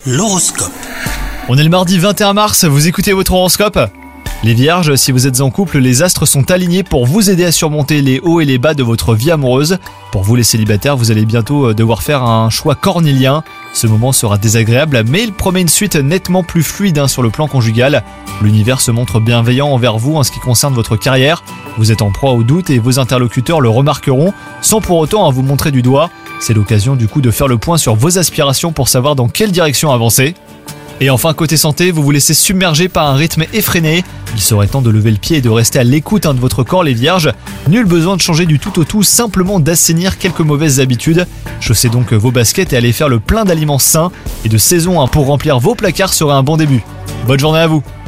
L'horoscope. On est le mardi 21 mars, vous écoutez votre horoscope ? Les Vierges, si vous êtes en couple, les astres sont alignés pour vous aider à surmonter les hauts et les bas de votre vie amoureuse. Pour vous les célibataires, vous allez bientôt devoir faire un choix cornélien. Ce moment sera désagréable, mais il promet une suite nettement plus fluide sur le plan conjugal. L'univers se montre bienveillant envers vous en ce qui concerne votre carrière. Vous êtes en proie au doute et vos interlocuteurs le remarqueront, sans pour autant vous montrer du doigt. C'est l'occasion du coup de faire le point sur vos aspirations pour savoir dans quelle direction avancer. Et enfin, côté santé, vous vous laissez submerger par un rythme effréné. Il serait temps de lever le pied et de rester à l'écoute de votre corps, les Vierges. Nul besoin de changer du tout au tout, simplement d'assainir quelques mauvaises habitudes. Chaussez donc vos baskets et allez faire le plein d'aliments sains et de saison pour remplir vos placards serait un bon début. Bonne journée à vous!